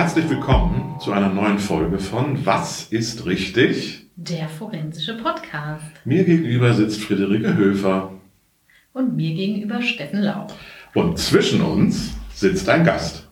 Herzlich willkommen zu einer neuen Folge von Was ist richtig? Der forensische Podcast. Mir gegenüber sitzt Friederike Höfer. Und mir gegenüber Steffen Lau. Und zwischen uns sitzt ein Gast.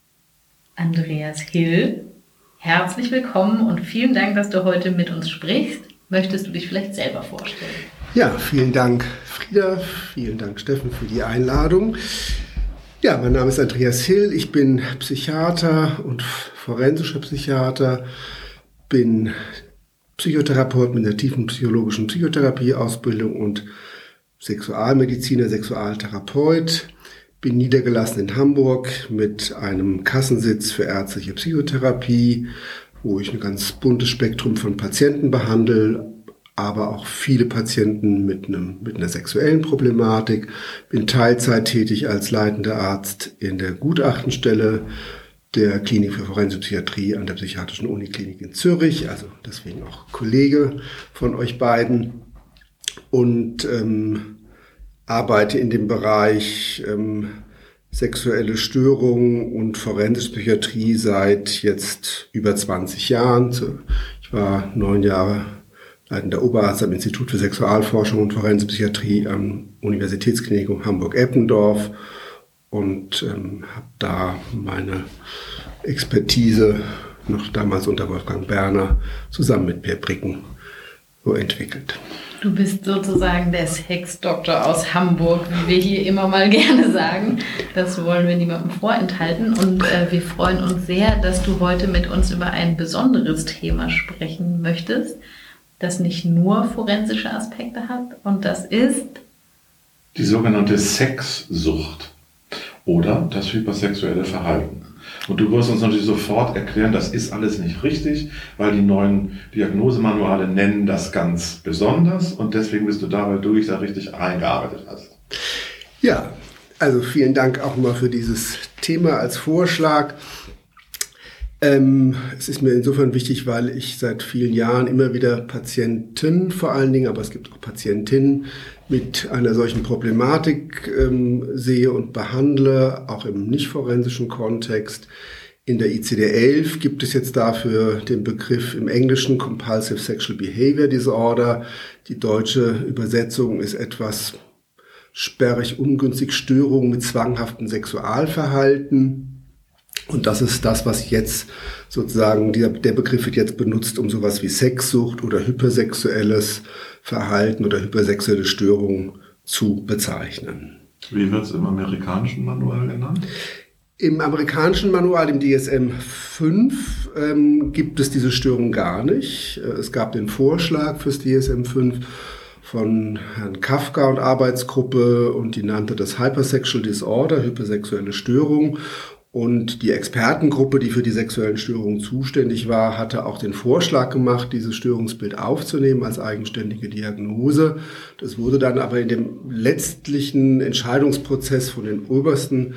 Andreas Hill. Herzlich willkommen und vielen Dank, dass du heute mit uns sprichst. Möchtest du dich vielleicht selber vorstellen? Ja, vielen Dank Frieda, vielen Dank Steffen für die Einladung. Ja, mein Name ist Andreas Hill, ich bin Psychiater und forensischer Psychiater, bin Psychotherapeut mit einer tiefen psychologischen Psychotherapieausbildung und Sexualmediziner, Sexualtherapeut, bin niedergelassen in Hamburg mit einem Kassensitz für ärztliche Psychotherapie, wo ich ein ganz buntes Spektrum von Patienten behandle, aber auch viele Patienten mit einer sexuellen Problematik. Bin Teilzeit tätig als leitender Arzt in der Gutachtenstelle der Klinik für Forensische Psychiatrie an der Psychiatrischen Uniklinik in Zürich, also deswegen auch Kollege von euch beiden, und arbeite in dem Bereich sexuelle Störungen und forensische Psychiatrie seit jetzt über 20 Jahren. Ich war 9 Jahre leitender Oberarzt am Institut für Sexualforschung und Forensische Psychiatrie am Universitätsklinikum Hamburg-Eppendorf und habe da meine Expertise noch damals unter Wolfgang Berner zusammen mit Per Bricken so entwickelt. Du bist sozusagen der Sexdoktor aus Hamburg, wie wir hier immer mal gerne sagen. Das wollen wir niemandem vorenthalten und wir freuen uns sehr, dass du heute mit uns über ein besonderes Thema sprechen möchtest, das nicht nur forensische Aspekte hat, und das ist die sogenannte Sexsucht oder das hypersexuelle Verhalten. Und du wirst uns natürlich sofort erklären, das ist alles nicht richtig, weil die neuen Diagnosemanuale nennen das ganz besonders und deswegen bist du da, weil du dich da richtig eingearbeitet hast. Ja, also vielen Dank auch mal für dieses Thema als Vorschlag. Es ist mir insofern wichtig, weil ich seit vielen Jahren immer wieder Patienten vor allen Dingen, aber es gibt auch Patientinnen mit einer solchen Problematik sehe und behandle, auch im nicht forensischen Kontext. In der ICD-11 gibt es jetzt dafür den Begriff im Englischen Compulsive Sexual Behavior Disorder. Die deutsche Übersetzung ist etwas sperrig, ungünstig, Störungen mit zwanghaftem Sexualverhalten. Und das ist das, was jetzt sozusagen, der Begriff wird jetzt benutzt, um sowas wie Sexsucht oder hypersexuelles Verhalten oder hypersexuelle Störungen zu bezeichnen. Wie wird es im amerikanischen Manual genannt? Im amerikanischen Manual, dem DSM-5, gibt es diese Störung gar nicht. Es gab den Vorschlag fürs DSM-5 von Herrn Kafka und Arbeitsgruppe und die nannte das Hypersexual Disorder, hypersexuelle Störung. Und die Expertengruppe, die für die sexuellen Störungen zuständig war, hatte auch den Vorschlag gemacht, dieses Störungsbild aufzunehmen als eigenständige Diagnose. Das wurde dann aber in dem letztlichen Entscheidungsprozess von den obersten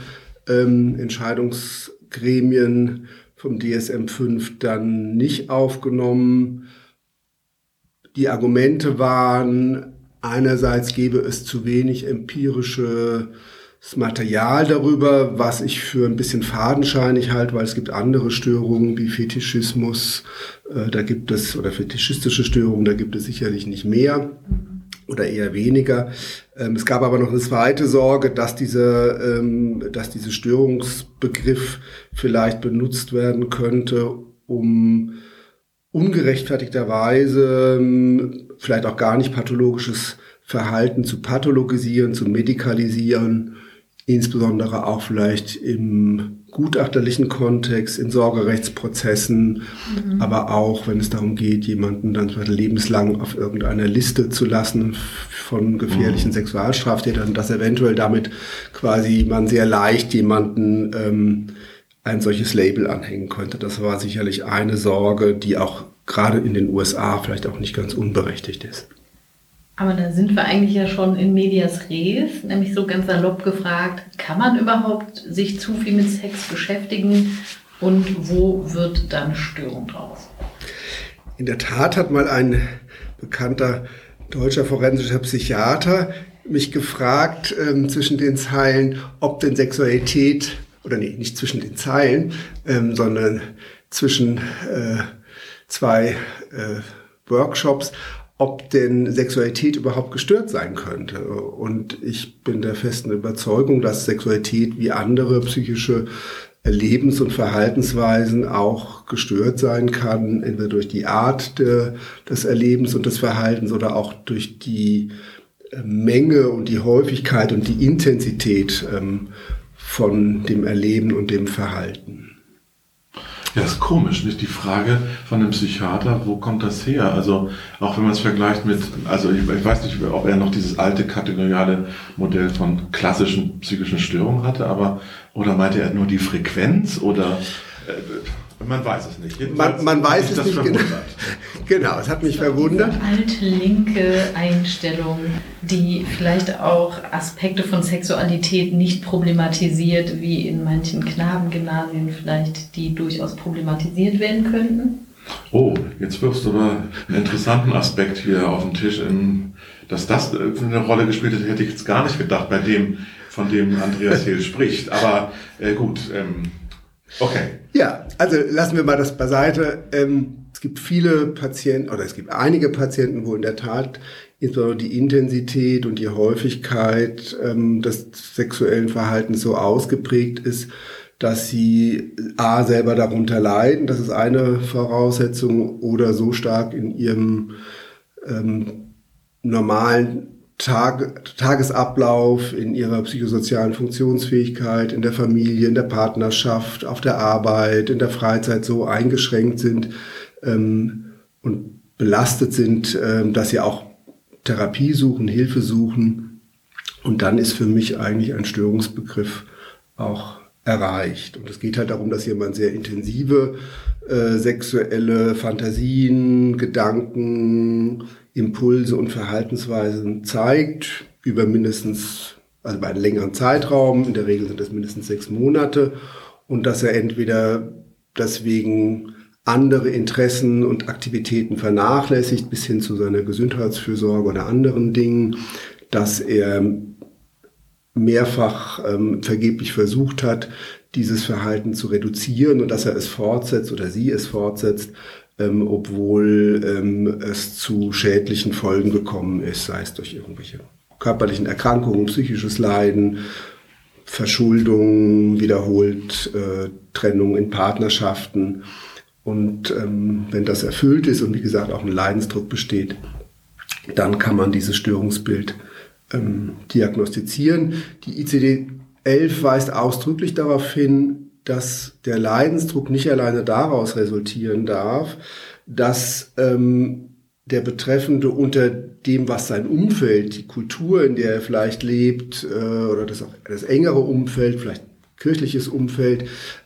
Entscheidungsgremien vom DSM-5 dann nicht aufgenommen. Die Argumente waren, einerseits gäbe es zu wenig empirisches Material darüber, was ich für ein bisschen fadenscheinig halte, weil es gibt andere Störungen wie Fetischismus, oder fetischistische Störungen, da gibt es sicherlich nicht mehr oder eher weniger. Es gab aber noch eine zweite Sorge, dass dieser Störungsbegriff vielleicht benutzt werden könnte, um ungerechtfertigterweise vielleicht auch gar nicht pathologisches Verhalten zu pathologisieren, zu medikalisieren, insbesondere auch vielleicht im gutachterlichen Kontext, in Sorgerechtsprozessen, aber auch, wenn es darum geht, jemanden dann lebenslang auf irgendeiner Liste zu lassen von gefährlichen Sexualstraftätern, dass eventuell damit quasi man sehr leicht jemanden ein solches Label anhängen könnte. Das war sicherlich eine Sorge, die auch gerade in den USA vielleicht auch nicht ganz unberechtigt ist. Aber da sind wir eigentlich ja schon in medias res, nämlich so ganz salopp gefragt, kann man überhaupt sich zu viel mit Sex beschäftigen und wo wird dann Störung draus? In der Tat hat mal ein bekannter deutscher forensischer Psychiater mich gefragt, zwischen den Zeilen, ob denn Sexualität oder nee, nicht zwischen den Zeilen, sondern zwischen zwei Workshops, ob denn Sexualität überhaupt gestört sein könnte. Und ich bin der festen Überzeugung, dass Sexualität wie andere psychische Lebens- und Verhaltensweisen auch gestört sein kann, entweder durch die Art des Erlebens und des Verhaltens oder auch durch die Menge und die Häufigkeit und die Intensität von dem Erleben und dem Verhalten. Ja, ist komisch, nicht? Die Frage von einem Psychiater, wo kommt das her? Also auch wenn man es vergleicht mit, also ich weiß nicht, ob er noch dieses alte kategoriale Modell von klassischen psychischen Störungen hatte, aber oder meinte er nur die Frequenz oder man weiß es nicht. Man weiß es nicht genau. Genau, es hat mich verwundert. Alte linke Einstellung, die vielleicht auch Aspekte von Sexualität nicht problematisiert, wie in manchen Knabengymnasien vielleicht, die durchaus problematisiert werden könnten. Oh, jetzt wirfst du aber einen interessanten Aspekt hier auf den Tisch. Dass das eine Rolle gespielt hat, hätte ich jetzt gar nicht gedacht bei dem, von dem Andreas Hehl spricht. Aber gut, okay. Ja, also lassen wir mal das beiseite. Es gibt viele Patienten, oder es gibt einige Patienten, wo in der Tat insbesondere die Intensität und die Häufigkeit des sexuellen Verhaltens so ausgeprägt ist, dass sie A, selber darunter leiden, das ist eine Voraussetzung, oder so stark in ihrem normalen Tagesablauf, in ihrer psychosozialen Funktionsfähigkeit, in der Familie, in der Partnerschaft, auf der Arbeit, in der Freizeit so eingeschränkt sind und belastet sind, dass sie auch Therapie suchen, Hilfe suchen. Und dann ist für mich eigentlich ein Störungsbegriff auch erreicht. Und es geht halt darum, dass jemand sehr intensive sexuelle Fantasien, Gedanken, Impulse und Verhaltensweisen zeigt, über mindestens, also bei einem längeren Zeitraum, in der Regel sind das mindestens 6 Monate, und dass er entweder deswegen andere Interessen und Aktivitäten vernachlässigt, bis hin zu seiner Gesundheitsfürsorge oder anderen Dingen, dass er mehrfach vergeblich versucht hat, dieses Verhalten zu reduzieren, und dass er es fortsetzt oder sie es fortsetzt, obwohl es zu schädlichen Folgen gekommen ist, sei es durch irgendwelche körperlichen Erkrankungen, psychisches Leiden, Verschuldung, wiederholt Trennung in Partnerschaften. Und wenn das erfüllt ist und wie gesagt auch ein Leidensdruck besteht, dann kann man dieses Störungsbild diagnostizieren. Die ICD-11 weist ausdrücklich darauf hin, dass der Leidensdruck nicht alleine daraus resultieren darf, dass der Betreffende unter dem, was sein Umfeld, die Kultur, in der er vielleicht lebt, oder das engere Umfeld, vielleicht kirchliches Umfeld,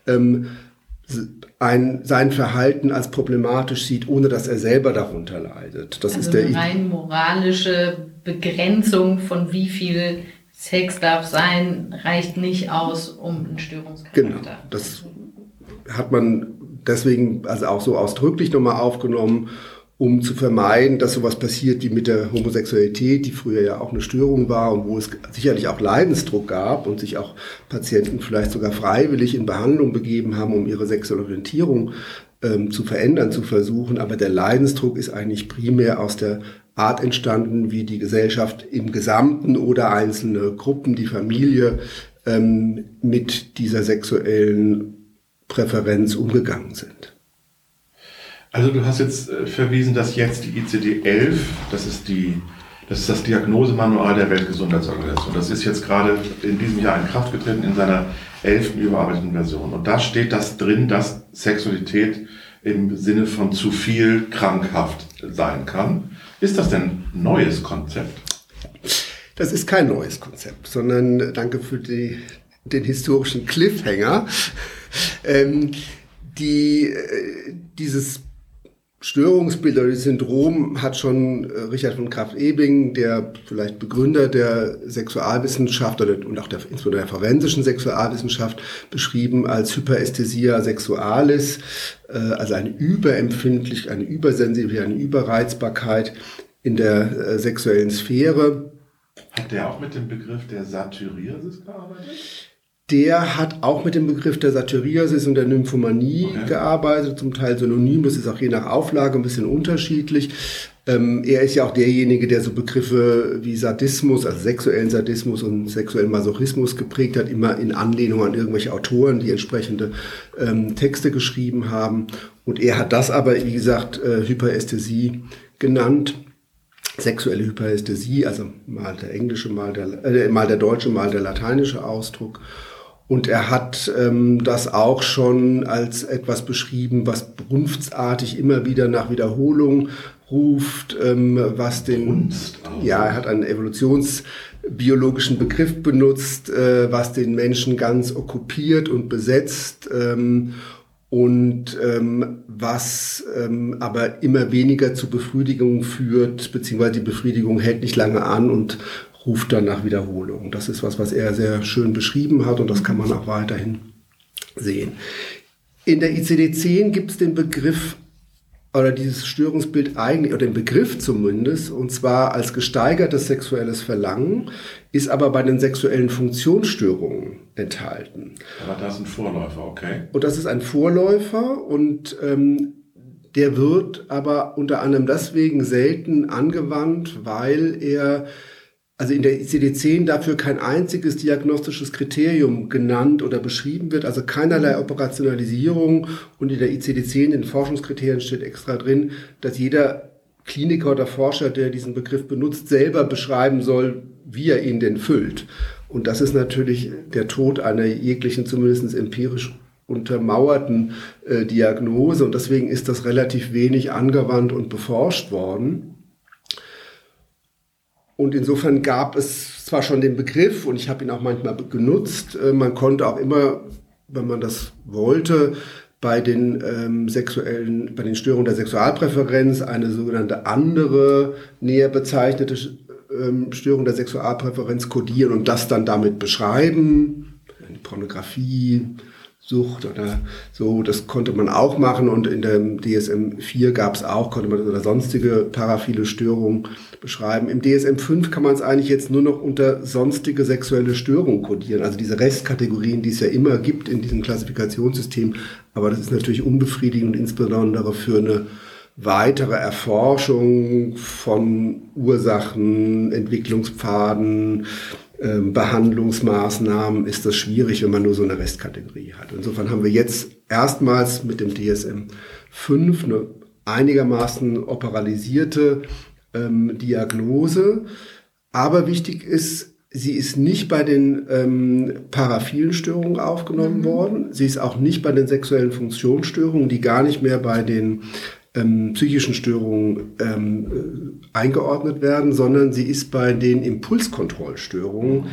sein Verhalten als problematisch sieht, ohne dass er selber darunter leidet. Das also ist eine rein moralische Begrenzung von wie viel Sex darf sein, reicht nicht aus, um einen Störungscharakter. Genau, das hat man deswegen also auch so ausdrücklich nochmal aufgenommen, um zu vermeiden, dass sowas passiert wie mit der Homosexualität, die früher ja auch eine Störung war und wo es sicherlich auch Leidensdruck gab und sich auch Patienten vielleicht sogar freiwillig in Behandlung begeben haben, um ihre sexuelle Orientierung zu verändern, zu versuchen. Aber der Leidensdruck ist eigentlich primär aus der Art entstanden, wie die Gesellschaft im Gesamten oder einzelne Gruppen, die Familie, mit dieser sexuellen Präferenz umgegangen sind. Also du hast jetzt verwiesen, dass jetzt die ICD-11, das ist das Diagnosemanual der Weltgesundheitsorganisation. Das ist jetzt gerade in diesem Jahr in Kraft getreten in seiner 11. überarbeiteten Version. Und da steht das drin, dass Sexualität im Sinne von zu viel krankhaft sein kann. Ist das denn ein neues Konzept? Das ist kein neues Konzept, sondern danke für den historischen Cliffhanger. Dieses Störungsbild oder das Syndrom hat schon Richard von Krafft-Ebing, der vielleicht Begründer der Sexualwissenschaft und auch insbesondere der forensischen Sexualwissenschaft, beschrieben als Hyperästhesia sexualis, also eine Überempfindlichkeit, eine Übersensibilität, eine Überreizbarkeit in der sexuellen Sphäre. Hat der auch mit dem Begriff der Satyriasis gearbeitet? Der hat auch mit dem Begriff der Satyriasis und der Nymphomanie gearbeitet, zum Teil synonym, das ist auch je nach Auflage ein bisschen unterschiedlich. Er ist ja auch derjenige, der so Begriffe wie Sadismus, also sexuellen Sadismus und sexuellen Masochismus geprägt hat, immer in Anlehnung an irgendwelche Autoren, die entsprechende Texte geschrieben haben. Und er hat das aber, wie gesagt, Hyperästhesie genannt. Sexuelle Hyperästhesie, also mal der englische, mal der deutsche, mal der lateinische Ausdruck. Und er hat das auch schon als etwas beschrieben, was brunftartig immer wieder nach Wiederholung ruft, was den, er hat einen evolutionsbiologischen Begriff benutzt, was den Menschen ganz okkupiert und besetzt, was aber immer weniger zu Befriedigung führt, beziehungsweise die Befriedigung hält nicht lange an und ruft dann nach Wiederholung. Das ist was er sehr schön beschrieben hat und das kann man auch weiterhin sehen. In der ICD-10 gibt es den Begriff oder dieses Störungsbild eigentlich, oder den Begriff zumindest, und zwar als gesteigertes sexuelles Verlangen, ist aber bei den sexuellen Funktionsstörungen enthalten. Aber das ist ein Vorläufer, okay? Und das ist ein Vorläufer und der wird aber unter anderem deswegen selten angewandt, weil er also in der ICD-10 dafür kein einziges diagnostisches Kriterium genannt oder beschrieben wird, also keinerlei Operationalisierung. Und in der ICD-10, in den Forschungskriterien steht extra drin, dass jeder Kliniker oder Forscher, der diesen Begriff benutzt, selber beschreiben soll, wie er ihn denn füllt. Und das ist natürlich der Tod einer jeglichen, zumindest empirisch untermauerten Diagnose. Und deswegen ist das relativ wenig angewandt und beforscht worden. Und insofern gab es zwar schon den Begriff und ich habe ihn auch manchmal genutzt. Man konnte auch immer, wenn man das wollte, bei den Störungen der Sexualpräferenz eine sogenannte andere, näher bezeichnete Störung der Sexualpräferenz kodieren und das dann damit beschreiben. Pornografie, Sucht oder so, das konnte man auch machen und in dem DSM-4 gab es auch, konnte man oder sonstige paraphile Störungen beschreiben. Im DSM-5 kann man es eigentlich jetzt nur noch unter sonstige sexuelle Störungen kodieren, also diese Restkategorien, die es ja immer gibt in diesem Klassifikationssystem, aber das ist natürlich unbefriedigend, insbesondere für eine weitere Erforschung von Ursachen, Entwicklungspfaden, Behandlungsmaßnahmen ist das schwierig, wenn man nur so eine Restkategorie hat. Insofern haben wir jetzt erstmals mit dem DSM-5 eine einigermaßen operalisierte Diagnose. Aber wichtig ist, sie ist nicht bei den paraphilen Störungen aufgenommen worden. Sie ist auch nicht bei den sexuellen Funktionsstörungen, die gar nicht mehr bei den psychischen Störungen eingeordnet werden, sondern sie ist bei den Impulskontrollstörungen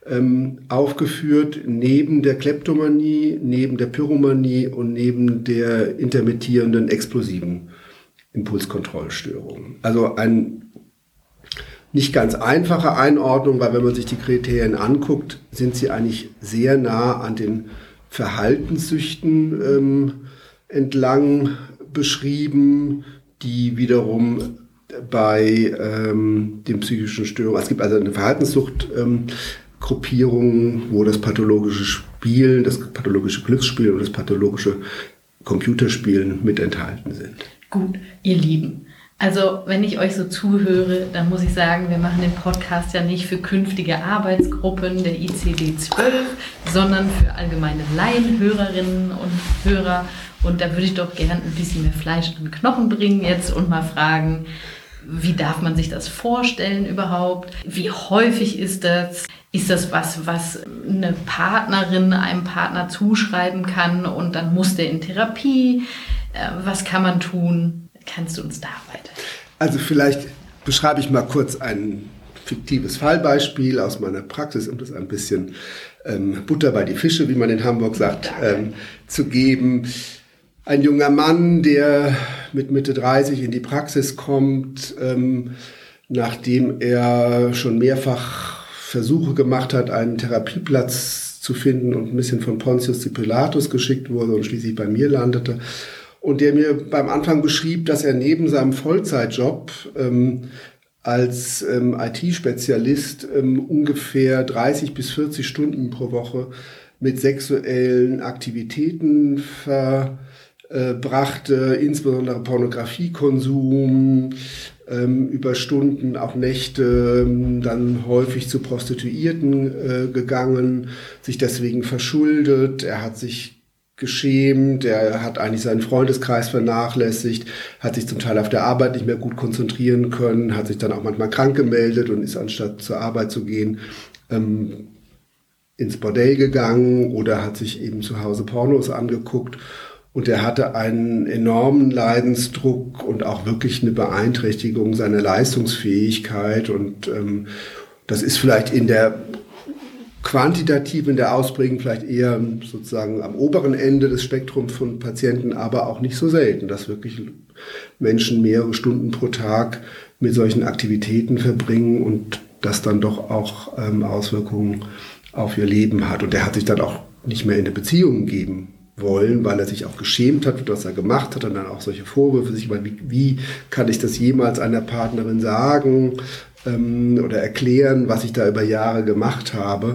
aufgeführt, neben der Kleptomanie, neben der Pyromanie und neben der intermittierenden explosiven Impulskontrollstörung. Also eine nicht ganz einfache Einordnung, weil wenn man sich die Kriterien anguckt, sind sie eigentlich sehr nah an den Verhaltenssüchten entlang beschrieben, die wiederum bei den psychischen Störungen, es gibt also eine Verhaltenssucht-Gruppierung, wo das pathologische Spielen, das pathologische Glücksspiel und das pathologische Computerspielen mit enthalten sind. Gut, ihr Lieben. Also wenn ich euch so zuhöre, dann muss ich sagen, wir machen den Podcast ja nicht für künftige Arbeitsgruppen der ICD-12, sondern für allgemeine Laienhörerinnen und Hörer. Und da würde ich doch gerne ein bisschen mehr Fleisch an den Knochen bringen jetzt und mal fragen, wie darf man sich das vorstellen überhaupt? Wie häufig ist das? Ist das was eine Partnerin einem Partner zuschreiben kann und dann muss der in Therapie? Was kann man tun? Kannst du uns da weiter? Also vielleicht beschreibe ich mal kurz ein fiktives Fallbeispiel aus meiner Praxis, um das ein bisschen Butter bei die Fische, wie man in Hamburg sagt, zu geben. Ein junger Mann, der mit Mitte 30 in die Praxis kommt, nachdem er schon mehrfach Versuche gemacht hat, einen Therapieplatz zu finden und ein bisschen von Pontius zu Pilatus geschickt wurde und schließlich bei mir landete. Und der mir beim Anfang beschrieb, dass er neben seinem Vollzeitjob als IT-Spezialist ungefähr 30 bis 40 Stunden pro Woche mit sexuellen Aktivitäten verbrachte, insbesondere Pornografiekonsum, über Stunden, auch Nächte, dann häufig zu Prostituierten gegangen, sich deswegen verschuldet. Er hat sich geschämt, er hat eigentlich seinen Freundeskreis vernachlässigt, hat sich zum Teil auf der Arbeit nicht mehr gut konzentrieren können, hat sich dann auch manchmal krank gemeldet und ist anstatt zur Arbeit zu gehen, ins Bordell gegangen oder hat sich eben zu Hause Pornos angeguckt. Und er hatte einen enormen Leidensdruck und auch wirklich eine Beeinträchtigung seiner Leistungsfähigkeit. Und das ist vielleicht in der quantitativen, in der Ausprägung vielleicht eher sozusagen am oberen Ende des Spektrums von Patienten, aber auch nicht so selten, dass wirklich Menschen mehrere Stunden pro Tag mit solchen Aktivitäten verbringen und das dann doch auch Auswirkungen auf ihr Leben hat. Und er hat sich dann auch nicht mehr in eine Beziehung geben wollen, weil er sich auch geschämt hat, was er gemacht hat und dann auch solche Vorwürfe sich, wie kann ich das jemals einer Partnerin sagen oder erklären, was ich da über Jahre gemacht habe.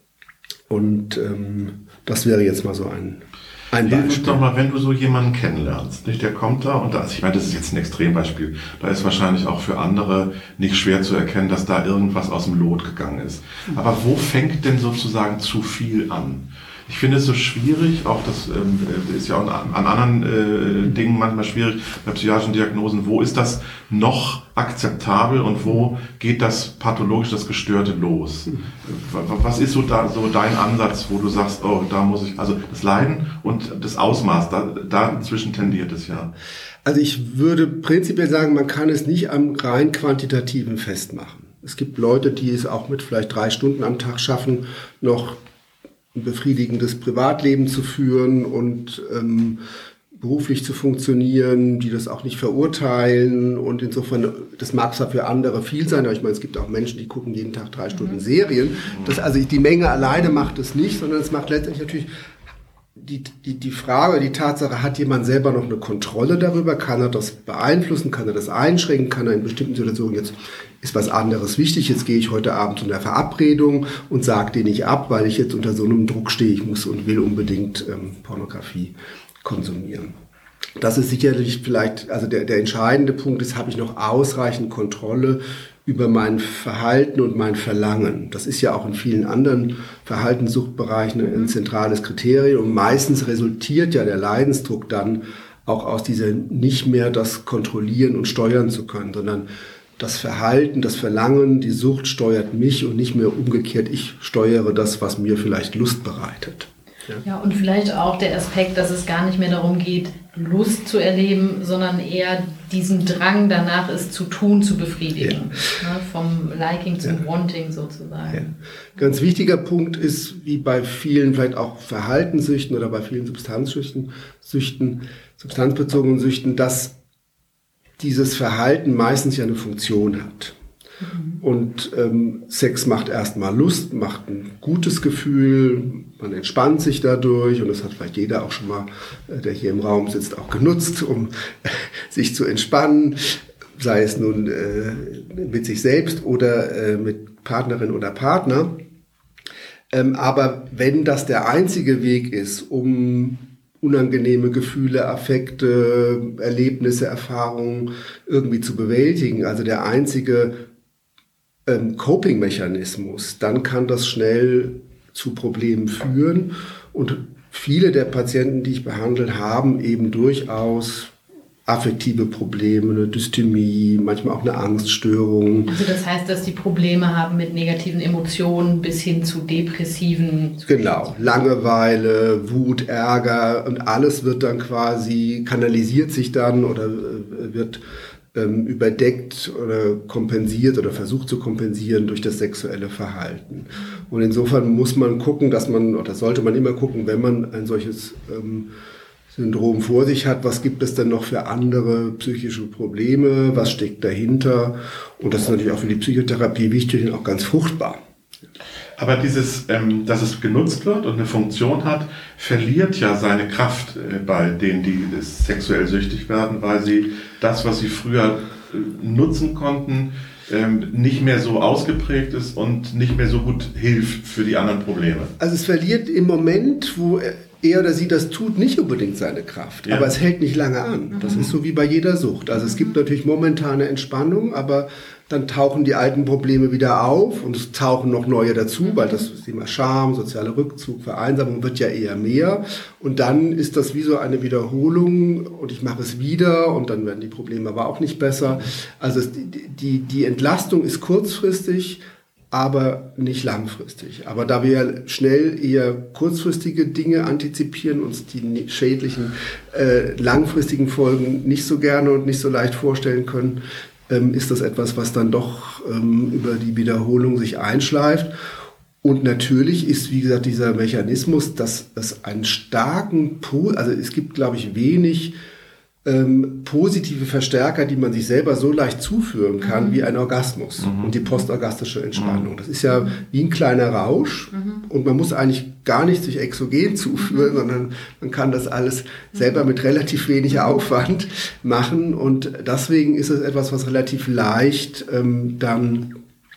Und das wäre jetzt mal so ein Beispiel. Doch mal, wenn du so jemanden kennenlernst, nicht, der kommt da und ich meine, das ist jetzt ein Extrembeispiel, da ist wahrscheinlich auch für andere nicht schwer zu erkennen, dass da irgendwas aus dem Lot gegangen ist. Aber wo fängt denn sozusagen zu viel an? Ich finde es so schwierig, auch das ist ja auch an anderen Dingen manchmal schwierig, bei psychiatrischen Diagnosen, wo ist das noch akzeptabel und wo geht das pathologisch, das Gestörte los? Was ist so dein Ansatz, wo du sagst, oh, da muss ich, also das Leiden und das Ausmaß, dazwischen tendiert es ja. Also ich würde prinzipiell sagen, man kann es nicht am rein quantitativen festmachen. Es gibt Leute, die es auch mit vielleicht 3 Stunden am Tag schaffen, noch ein befriedigendes Privatleben zu führen und beruflich zu funktionieren, die das auch nicht verurteilen und insofern, das mag zwar für andere viel sein, aber ich meine, es gibt auch Menschen, die gucken jeden Tag 3 Stunden Serien. Also die Menge alleine macht es nicht, sondern es macht letztendlich natürlich die Frage, die Tatsache, hat jemand selber noch eine Kontrolle darüber? Kann er das beeinflussen? Kann er das einschränken? Kann er in bestimmten Situationen, jetzt ist was anderes wichtig, jetzt gehe ich heute Abend zu einer Verabredung und sage den nicht ab, weil ich jetzt unter so einem Druck stehe, ich muss und will unbedingt Pornografie konsumieren. Das ist sicherlich vielleicht, also der entscheidende Punkt ist, habe ich noch ausreichend Kontrolle über mein Verhalten und mein Verlangen. Das ist ja auch in vielen anderen Verhaltenssuchtbereichen ein zentrales Kriterium. Und meistens resultiert ja der Leidensdruck dann auch aus dieser nicht mehr das kontrollieren und steuern zu können, sondern das Verhalten, das Verlangen, die Sucht steuert mich und nicht mehr umgekehrt, ich steuere das, was mir vielleicht Lust bereitet. Ja, und vielleicht auch der Aspekt, dass es gar nicht mehr darum geht, Lust zu erleben, sondern eher diesen Drang danach, es zu tun, zu befriedigen. Ja. Ne, vom Liking zum Wanting sozusagen. Ja. Ganz wichtiger Punkt ist, wie bei vielen vielleicht auch Verhaltenssüchten oder bei vielen substanzbezogenen Süchten, dass dieses Verhalten meistens ja eine Funktion hat. Und Sex macht erstmal Lust, macht ein gutes Gefühl, man entspannt sich dadurch und das hat vielleicht jeder auch schon mal, der hier im Raum sitzt, auch genutzt, um sich zu entspannen, sei es nun mit sich selbst oder mit Partnerin oder Partner. Aber wenn das der einzige Weg ist, um unangenehme Gefühle, Affekte, Erlebnisse, Erfahrungen irgendwie zu bewältigen, also der einzige Coping-Mechanismus, dann kann das schnell zu Problemen führen. Und viele der Patienten, die ich behandle, haben eben durchaus affektive Probleme, eine Dysthymie, manchmal auch eine Angststörung. Also das heißt, dass die Probleme haben mit negativen Emotionen bis hin zu depressiven... Genau, Langeweile, Wut, Ärger und alles wird dann quasi, kanalisiert sich dann oder wird überdeckt oder kompensiert oder versucht zu kompensieren durch das sexuelle Verhalten. Und insofern muss man gucken, dass man, oder sollte man immer gucken, wenn man ein solches Syndrom vor sich hat, was gibt es denn noch für andere psychische Probleme, was steckt dahinter? Und das ist natürlich auch für die Psychotherapie wichtig und auch ganz fruchtbar. Aber dieses, dass es genutzt wird und eine Funktion hat, verliert ja seine Kraft bei denen, die sexuell süchtig werden, weil sie das, was sie früher nutzen konnten, nicht mehr so ausgeprägt ist und nicht mehr so gut hilft für die anderen Probleme. Also es verliert im Moment, wo er oder sie das tut, nicht unbedingt seine Kraft. Ja. Aber es hält nicht lange an. Das ist so wie bei jeder Sucht. Also es gibt natürlich momentane Entspannung, aber dann tauchen die alten Probleme wieder auf und es tauchen noch neue dazu, weil das Thema Scham, sozialer Rückzug, Vereinsamung wird ja eher mehr. Und dann ist das wie so eine Wiederholung und ich mache es wieder und dann werden die Probleme aber auch nicht besser. Also die Entlastung ist kurzfristig, aber nicht langfristig. Aber da wir schnell eher kurzfristige Dinge antizipieren, uns die schädlichen langfristigen Folgen nicht so gerne und nicht so leicht vorstellen können, ist das etwas, was dann doch über die Wiederholung sich einschleift. Und natürlich ist, wie gesagt, dieser Mechanismus, dass es einen starken, also es gibt, glaube ich, wenig positive Verstärker, die man sich selber so leicht zuführen kann, wie ein Orgasmus und die postorgastische Entspannung. Das ist ja wie ein kleiner Rausch und man muss eigentlich gar nicht sich exogen zuführen, sondern man kann das alles selber mit relativ wenig Aufwand machen und deswegen ist es etwas, was relativ leicht dann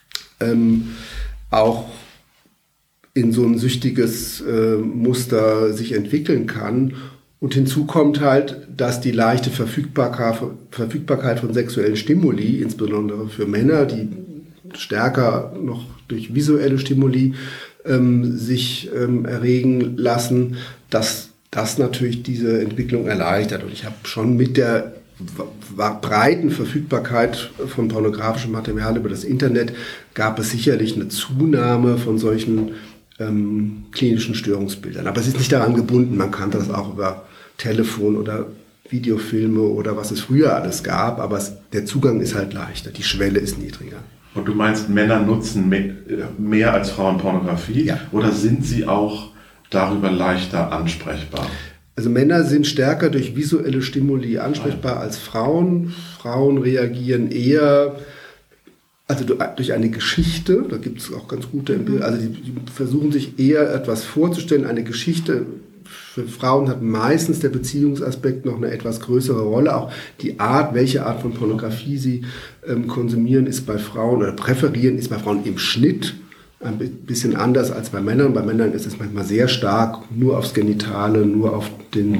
auch in so ein süchtiges Muster sich entwickeln kann. Und hinzu kommt halt, dass die leichte Verfügbarkeit von sexuellen Stimuli, insbesondere für Männer, die stärker noch durch visuelle Stimuli sich erregen lassen, dass das natürlich diese Entwicklung erleichtert. Und ich habe schon mit der breiten Verfügbarkeit von pornografischem Material über das Internet gab es sicherlich eine Zunahme von solchen klinischen Störungsbildern. Aber es ist nicht daran gebunden, man kann das auch über Telefon oder Videofilme oder was es früher alles gab, aber der Zugang ist halt leichter, die Schwelle ist niedriger. Und du meinst, Männer nutzen mehr als Frauen Pornografie? Ja. Oder sind sie auch darüber leichter ansprechbar? Also Männer sind stärker durch visuelle Stimuli ansprechbar als Frauen. Frauen reagieren eher durch eine Geschichte, da gibt es auch ganz gute Empfehlungen, also die versuchen sich eher etwas vorzustellen, eine Geschichte. Für Frauen hat meistens der Beziehungsaspekt noch eine etwas größere Rolle. Auch die Art, welche Art von Pornografie sie konsumieren, ist bei Frauen oder präferieren, ist bei Frauen im Schnitt ein bisschen anders als bei Männern. Bei Männern ist es manchmal sehr stark nur aufs Genitale, nur auf den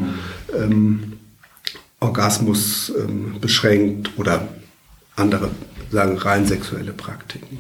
Orgasmus beschränkt oder andere sagen rein sexuelle Praktiken.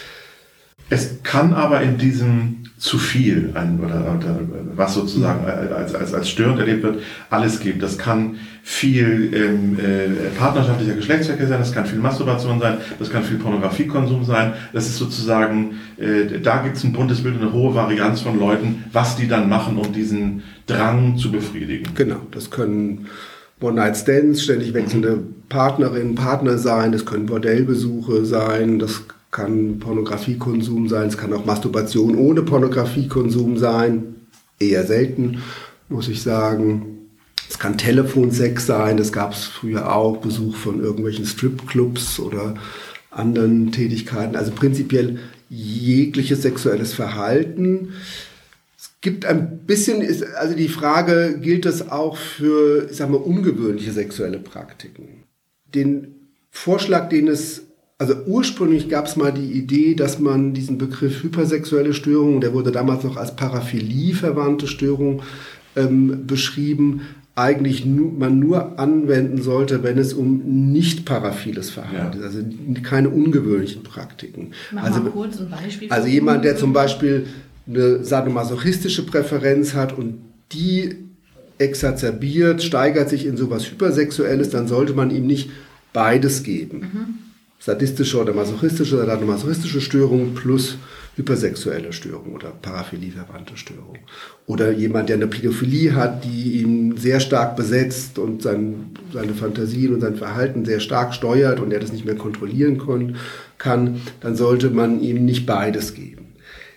Es kann aber in diesem zu viel, oder was sozusagen als störend erlebt wird, alles geben. Das kann viel partnerschaftlicher Geschlechtsverkehr sein, das kann viel Masturbation sein, das kann viel Pornografiekonsum sein. Das ist sozusagen, da gibt es ein buntes Bild und eine hohe Varianz von Leuten, was die dann machen, um diesen Drang zu befriedigen. Genau, das können One-Night-Stands, ständig wechselnde Partnerinnen, Partner sein, das können Bordellbesuche sein, das kann Pornografiekonsum sein, es kann auch Masturbation ohne Pornografiekonsum sein, eher selten, muss ich sagen. Es kann Telefonsex sein, das gab es früher auch, Besuch von irgendwelchen Stripclubs oder anderen Tätigkeiten, also prinzipiell jegliches sexuelles Verhalten. Es gibt ein bisschen, also die Frage, gilt das auch für, ich sag mal, ungewöhnliche sexuelle Praktiken? Den Vorschlag, also ursprünglich gab es mal die Idee, dass man diesen Begriff hypersexuelle Störung, der wurde damals noch als Paraphilie verwandte Störung beschrieben, eigentlich man nur anwenden sollte, wenn es um nicht paraphiles Verhalten ist, also keine ungewöhnlichen Praktiken. Mach mal kurz ein Beispiel. Also jemand, der zum Beispiel eine sadomasochistische Präferenz hat und die exacerbiert, steigert sich in sowas Hypersexuelles, dann sollte man ihm nicht beides geben. Sadistische oder masochistische oder sadomasochistische Störung plus hypersexuelle Störung oder Paraphilie-verwandte Störung. Oder jemand, der eine Pädophilie hat, die ihn sehr stark besetzt und seine Fantasien und sein Verhalten sehr stark steuert und er das nicht mehr kontrollieren kann, dann sollte man ihm nicht beides geben.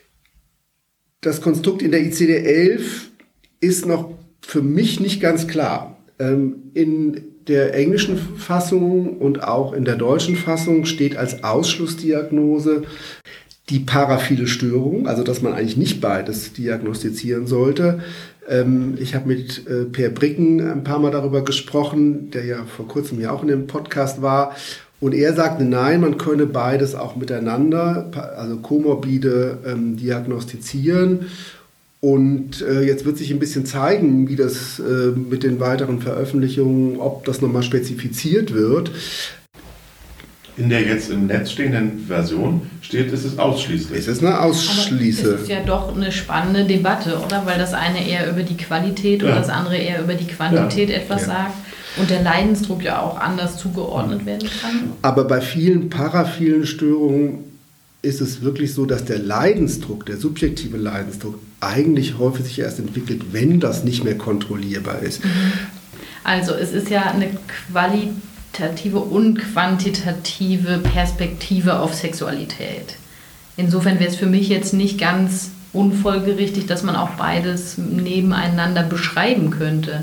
Das Konstrukt in der ICD-11 ist noch für mich nicht ganz klar. In der englischen Fassung und auch in der deutschen Fassung steht als Ausschlussdiagnose, die paraphile Störung, also dass man eigentlich nicht beides diagnostizieren sollte. Ich habe mit Per Bricken ein paar Mal darüber gesprochen, der ja vor kurzem ja auch in dem Podcast war. Und er sagte, nein, man könne beides auch miteinander, also komorbide, diagnostizieren. Und jetzt wird sich ein bisschen zeigen, wie das mit den weiteren Veröffentlichungen, ob das nochmal spezifiziert wird. In der jetzt im Netz stehenden Version steht, ist es ausschließlich. Es ist eine Ausschließe. Aber es ist ja doch eine spannende Debatte, oder? Weil das eine eher über die Qualität und das andere eher über die Quantität etwas sagt. Und der Leidensdruck ja auch anders zugeordnet werden kann. Aber bei vielen paraphilen Störungen ist es wirklich so, dass der Leidensdruck, der subjektive Leidensdruck, eigentlich häufig sich erst entwickelt, wenn das nicht mehr kontrollierbar ist. Also es ist ja eine qualitative und quantitative Perspektive auf Sexualität. Insofern wäre es für mich jetzt nicht ganz unfolgerichtig, dass man auch beides nebeneinander beschreiben könnte.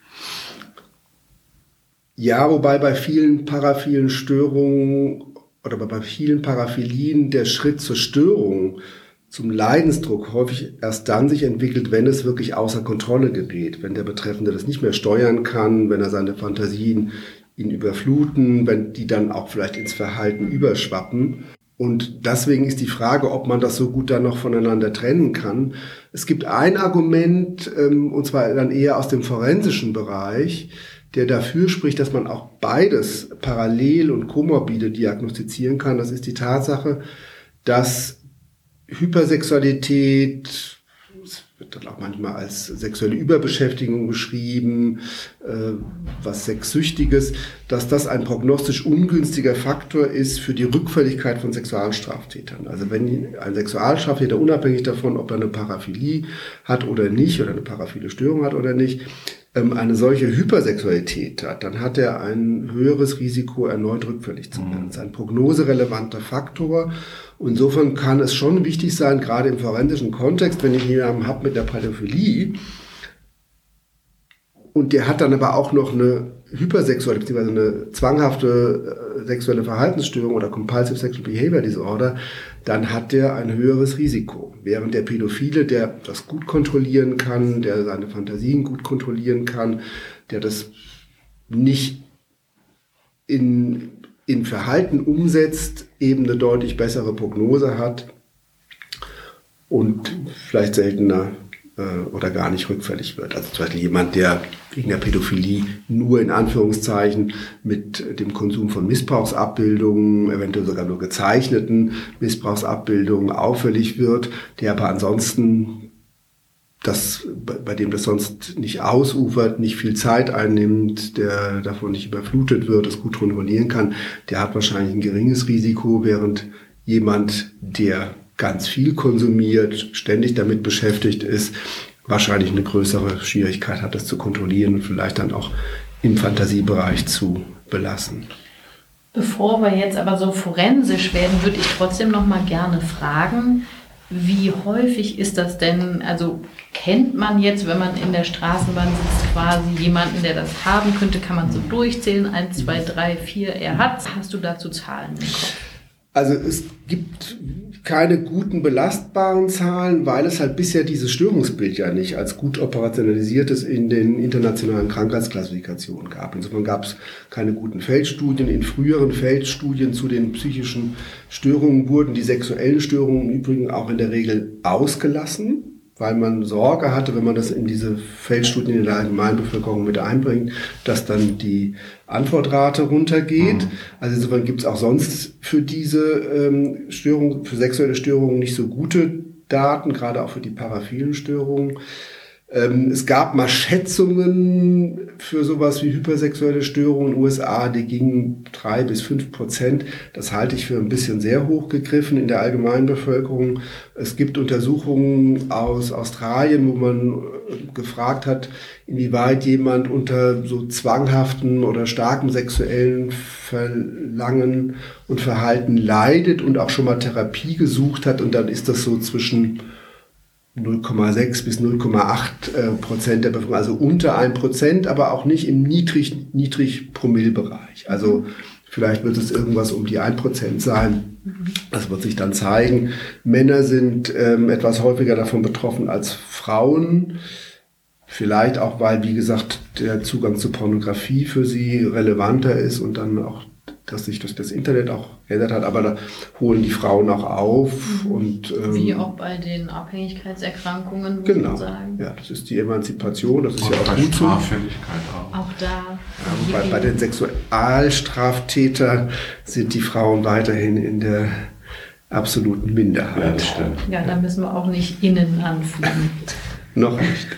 Ja, wobei bei vielen paraphilen Störungen oder bei vielen Paraphilien der Schritt zur Störung, zum Leidensdruck häufig erst dann sich entwickelt, wenn es wirklich außer Kontrolle gerät, wenn der Betreffende das nicht mehr steuern kann, wenn er seine Fantasien ihn überfluten, wenn die dann auch vielleicht ins Verhalten überschwappen. Und deswegen ist die Frage, ob man das so gut dann noch voneinander trennen kann. Es gibt ein Argument, und zwar dann eher aus dem forensischen Bereich, der dafür spricht, dass man auch beides parallel und komorbide diagnostizieren kann. Das ist die Tatsache, dass Hypersexualität, es wird dann auch manchmal als sexuelle Überbeschäftigung beschrieben, was Sexsüchtiges, dass das ein prognostisch ungünstiger Faktor ist für die Rückfälligkeit von Sexualstraftätern. Also wenn ein Sexualstraftäter, unabhängig davon, ob er eine Paraphilie hat oder nicht, oder eine paraphile Störung hat oder nicht, eine solche Hypersexualität hat, dann hat er ein höheres Risiko, erneut rückfällig zu werden. Das ist ein prognoserelevanter Faktor. Und insofern kann es schon wichtig sein, gerade im forensischen Kontext, wenn ich jemanden habe mit einer Pädophilie und der hat dann aber auch noch eine hypersexuelle, beziehungsweise eine zwanghafte sexuelle Verhaltensstörung oder Compulsive Sexual Behavior Disorder, dann hat der ein höheres Risiko. Während der Pädophile, der das gut kontrollieren kann, der seine Fantasien gut kontrollieren kann, der das nicht in Verhalten umsetzt, eben eine deutlich bessere Prognose hat und vielleicht seltener oder gar nicht rückfällig wird. Also zum Beispiel jemand, der wegen der Pädophilie nur in Anführungszeichen mit dem Konsum von Missbrauchsabbildungen, eventuell sogar nur gezeichneten Missbrauchsabbildungen auffällig wird, der aber ansonsten bei dem das sonst nicht ausufert, nicht viel Zeit einnimmt, der davon nicht überflutet wird, das gut kontrollieren kann, der hat wahrscheinlich ein geringes Risiko, während jemand, der ganz viel konsumiert, ständig damit beschäftigt ist, wahrscheinlich eine größere Schwierigkeit hat, das zu kontrollieren und vielleicht dann auch im Fantasiebereich zu belassen. Bevor wir jetzt aber so forensisch werden, würde ich trotzdem noch mal gerne fragen, wie häufig ist das denn, also kennt man jetzt, wenn man in der Straßenbahn sitzt, quasi jemanden, der das haben könnte, kann man so durchzählen, 1, 2, 3, 4, er hat's. Hast du dazu Zahlen im Kopf? Also es gibt keine guten belastbaren Zahlen, weil es halt bisher dieses Störungsbild ja nicht als gut operationalisiertes in den internationalen Krankheitsklassifikationen gab. Insofern gab es keine guten Feldstudien. In früheren Feldstudien zu den psychischen Störungen wurden die sexuellen Störungen im Übrigen auch in der Regel ausgelassen, weil man Sorge hatte, wenn man das in diese Feldstudien in der Allgemeinbevölkerung mit einbringt, dass dann die Antwortrate runtergeht. Also insofern gibt es auch sonst für diese Störungen, für sexuelle Störungen nicht so gute Daten, gerade auch für die paraphilen Störungen. Es gab mal Schätzungen für sowas wie hypersexuelle Störungen in den USA, die gingen 3-5%. Das halte ich für ein bisschen sehr hoch gegriffen in der Allgemeinbevölkerung. Es gibt Untersuchungen aus Australien, wo man gefragt hat, inwieweit jemand unter so zwanghaften oder starkem sexuellen Verlangen und Verhalten leidet und auch schon mal Therapie gesucht hat. Und dann ist das so zwischen 0,6 bis 0,8% der Bevölkerung, also unter 1%, aber auch nicht im niedrig Promillbereich. Also Vielleicht wird es irgendwas um die 1% sein. Das wird sich dann zeigen. Männer sind etwas häufiger davon betroffen als Frauen. Vielleicht auch, weil, wie gesagt, der Zugang zu Pornografie für sie relevanter ist und dann auch, dass sich das Internet auch geändert hat. Aber da holen die Frauen auch auf. Und, wie auch bei den Abhängigkeitserkrankungen, muss genau, man sagen. Ja, das ist die Emanzipation. Das ist Und ja auch bei gut so. Straffälligkeit auch. Auch da. Bei den Sexualstraftätern sind die Frauen weiterhin in der absoluten Minderheit. Ja, das stimmt. Ja, da müssen wir auch nicht innen anfügen. Noch nicht.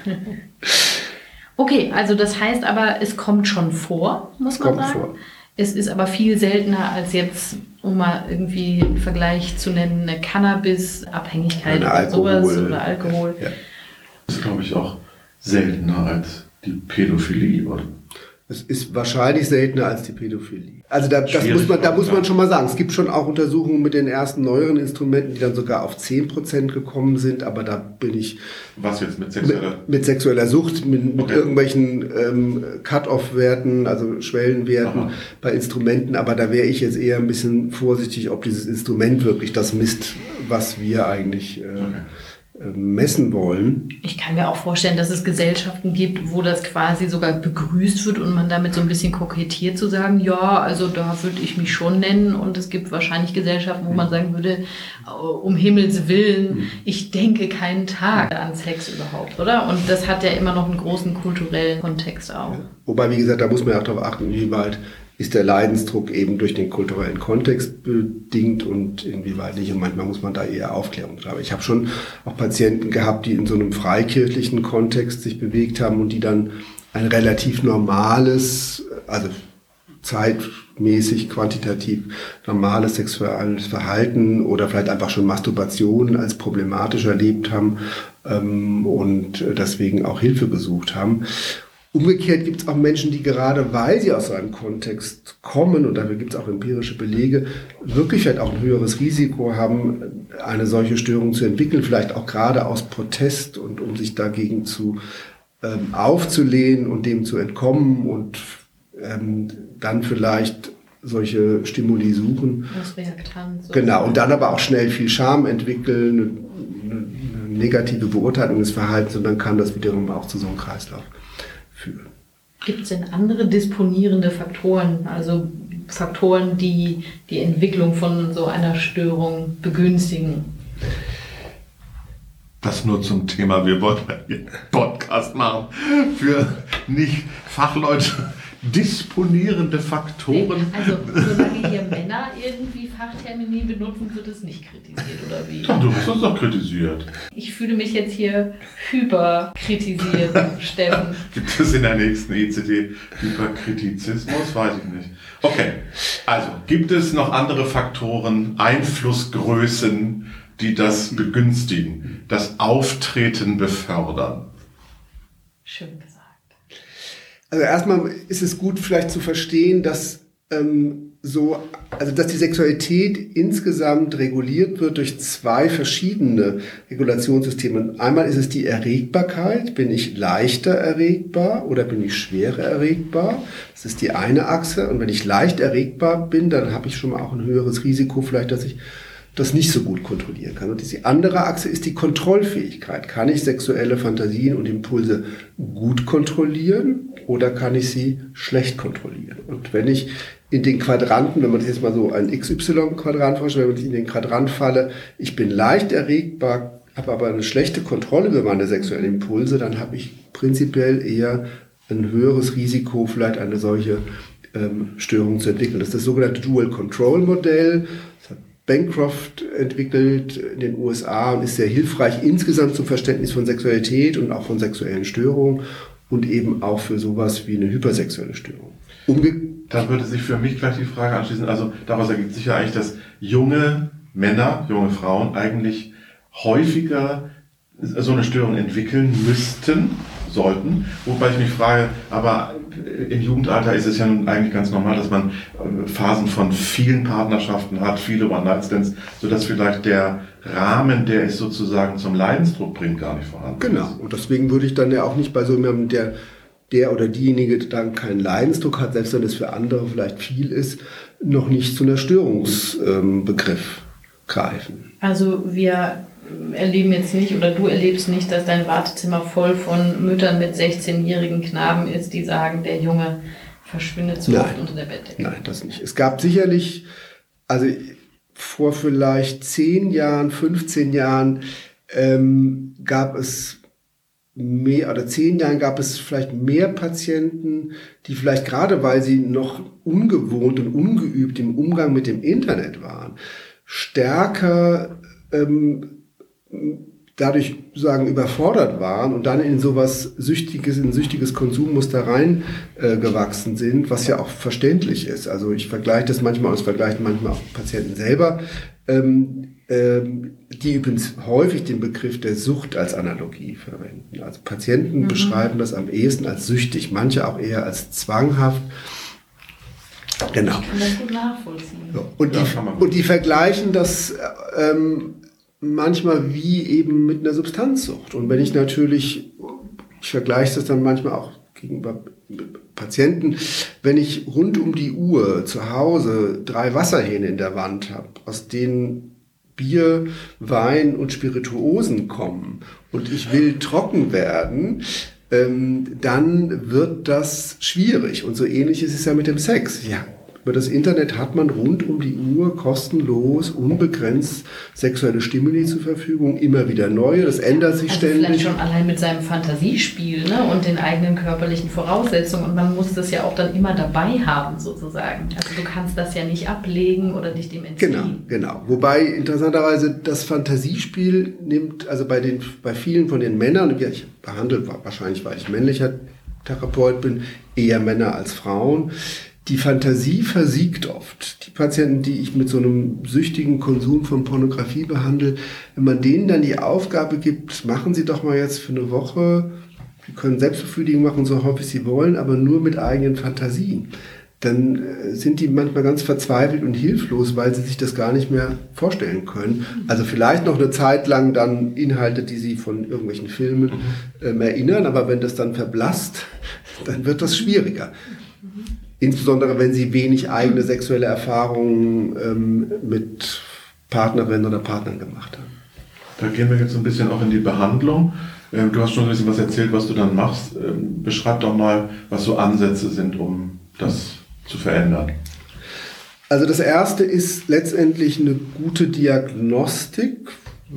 Okay, also das heißt aber, es kommt schon vor, muss man sagen. Vor. Es ist aber viel seltener als jetzt, um mal irgendwie einen Vergleich zu nennen, eine Cannabis-Abhängigkeit oder sowas oder Alkohol. Ja. Das ist, glaube ich, auch seltener als die Pädophilie, oder? Es ist wahrscheinlich seltener als die Pädophilie. Also da muss man schon mal sagen, es gibt schon auch Untersuchungen mit den ersten neueren Instrumenten, die dann sogar auf 10% gekommen sind, aber da bin ich... Was jetzt mit sexueller Sucht, mit irgendwelchen Cut-off-Werten, also Schwellenwerten. Aha. Bei Instrumenten, aber da wäre ich jetzt eher ein bisschen vorsichtig, ob dieses Instrument wirklich das misst, was wir eigentlich... messen wollen. Ich kann mir auch vorstellen, dass es Gesellschaften gibt, wo das quasi sogar begrüßt wird und man damit so ein bisschen kokettiert zu sagen, ja, also da würde ich mich schon nennen, und es gibt wahrscheinlich Gesellschaften, wo man sagen würde, um Himmels Willen, ich denke keinen Tag an Sex überhaupt, oder? Und das hat ja immer noch einen großen kulturellen Kontext auch. Ja. Wobei, wie gesagt, da muss man ja auch darauf achten, inwieweit ist der Leidensdruck eben durch den kulturellen Kontext bedingt und inwieweit nicht. Und manchmal muss man da eher Aufklärung betreiben. Ich habe schon auch Patienten gehabt, die in so einem freikirchlichen Kontext sich bewegt haben und die dann ein relativ normales, also zeitmäßig, quantitativ normales sexuelles Verhalten oder vielleicht einfach schon Masturbation als problematisch erlebt haben und deswegen auch Hilfe gesucht haben. Umgekehrt gibt es auch Menschen, die gerade, weil sie aus so einem Kontext kommen, und dafür gibt es auch empirische Belege, wirklich vielleicht auch ein höheres Risiko haben, eine solche Störung zu entwickeln, vielleicht auch gerade aus Protest und um sich dagegen aufzulehnen und dem zu entkommen und dann vielleicht solche Stimuli suchen. Aus Reaktanz. Genau, und dann aber auch schnell viel Scham entwickeln, eine negative Beurteilung des Verhaltens, und dann kann das wiederum auch zu so einem Kreislauf führen. Gibt es denn andere disponierende Faktoren, also Faktoren, die die Entwicklung von so einer Störung begünstigen? Das nur zum Thema, wir wollten einen Podcast machen für nicht Fachleute. Disponierende Faktoren. Also, solange hier Männer irgendwie Fachtermini benutzen, wird es nicht kritisiert, oder wie? Doch, du hast uns doch kritisiert. Ich fühle mich jetzt hier hyperkritisiert, Steffen. Gibt es in der nächsten ECD Hyperkritizismus? Weiß ich nicht. Okay, also gibt es noch andere Faktoren, Einflussgrößen, die das begünstigen, das Auftreten befördern? Schön gesagt. Also erstmal ist es gut, vielleicht zu verstehen, dass dass die Sexualität insgesamt reguliert wird durch zwei verschiedene Regulationssysteme. Einmal ist es die Erregbarkeit. Bin ich leichter erregbar oder bin ich schwerer erregbar? Das ist die eine Achse. Und wenn ich leicht erregbar bin, dann habe ich schon mal auch ein höheres Risiko, vielleicht, dass ich das nicht so gut kontrollieren kann. Und die andere Achse ist die Kontrollfähigkeit. Kann ich sexuelle Fantasien und Impulse gut kontrollieren oder kann ich sie schlecht kontrollieren? Und wenn ich in den Quadranten, wenn man das jetzt mal so ein XY-Quadrant vorstellt, wenn ich in den Quadrant falle, ich bin leicht erregbar, habe aber eine schlechte Kontrolle über meine sexuellen Impulse, dann habe ich prinzipiell eher ein höheres Risiko, vielleicht eine solche Störung zu entwickeln. Das ist das sogenannte Dual-Control-Modell. Das hat Bancroft entwickelt in den USA und ist sehr hilfreich insgesamt zum Verständnis von Sexualität und auch von sexuellen Störungen und eben auch für sowas wie eine hypersexuelle Störung. Da würde sich für mich gleich die Frage anschließen, also daraus ergibt sich ja eigentlich, dass junge Männer, junge Frauen eigentlich häufiger so eine Störung entwickeln sollten, wobei ich mich frage, aber im Jugendalter ist es ja nun eigentlich ganz normal, dass man Phasen von vielen Partnerschaften hat, viele One-Night-Stands, sodass vielleicht der Rahmen, der es sozusagen zum Leidensdruck bringt, gar nicht vorhanden ist. Genau, und deswegen würde ich dann ja auch nicht bei so jemandem, der der oder diejenige dann keinen Leidensdruck hat, selbst wenn es für andere vielleicht viel ist, noch nicht zu einer Störungsbegriff greifen. Also wir erleben jetzt nicht oder du erlebst nicht, dass dein Wartezimmer voll von Müttern mit 16-jährigen Knaben ist, die sagen, der Junge verschwindet zu oft unter der Bettdecke. Nein, das nicht. Es gab sicherlich, also vor vielleicht 10 Jahren, 15 Jahren gab es mehr, oder 10 Jahren gab es vielleicht mehr Patienten, die vielleicht gerade, weil sie noch ungewohnt und ungeübt im Umgang mit dem Internet waren, stärker dadurch sagen überfordert waren und dann in sowas Süchtiges, in ein süchtiges Konsummuster reingewachsen sind, was ja auch verständlich ist. Also ich vergleiche das manchmal, und es vergleichen manchmal auch Patienten selber, die übrigens häufig den Begriff der Sucht als Analogie verwenden. Also Patienten beschreiben das am ehesten als süchtig, manche auch eher als zwanghaft. Genau. Ich kann das gut nachvollziehen. So. Und die vergleichen das manchmal wie eben mit einer Substanzsucht. Und wenn ich vergleiche das dann manchmal auch gegenüber Patienten, wenn ich rund um die Uhr zu Hause 3 Wasserhähne in der Wand habe, aus denen Bier, Wein und Spirituosen kommen und ich will trocken werden, dann wird das schwierig. Und so ähnlich ist es ja mit dem Sex. Ja, über das Internet hat man rund um die Uhr kostenlos, unbegrenzt sexuelle Stimuli zur Verfügung, immer wieder neue, das ändert sich ständig. Vielleicht schon allein mit seinem Fantasiespiel, ne, und den eigenen körperlichen Voraussetzungen, und man muss das ja auch dann immer dabei haben sozusagen. Also du kannst das ja nicht ablegen oder dich dem entziehen. Genau. Wobei interessanterweise das Fantasiespiel nimmt, also bei vielen von den Männern, ich behandle wahrscheinlich, weil ich männlicher Therapeut bin, eher Männer als Frauen, die Fantasie versiegt oft. Die Patienten, die ich mit so einem süchtigen Konsum von Pornografie behandle, wenn man denen dann die Aufgabe gibt, machen Sie doch mal jetzt für eine Woche, Sie können Selbstbefriedigung machen, so häufig Sie wollen, aber nur mit eigenen Fantasien, dann sind die manchmal ganz verzweifelt und hilflos, weil sie sich das gar nicht mehr vorstellen können. Also vielleicht noch eine Zeit lang dann Inhalte, die sie von irgendwelchen Filmen erinnern, aber wenn das dann verblasst, dann wird das schwieriger. Insbesondere, wenn sie wenig eigene sexuelle Erfahrungen mit Partnerinnen oder Partnern gemacht haben. Da gehen wir jetzt ein bisschen auch in die Behandlung. Du hast schon ein bisschen was erzählt, was du dann machst. Beschreib doch mal, was so Ansätze sind, um das zu verändern. Also das Erste ist letztendlich eine gute Diagnostik.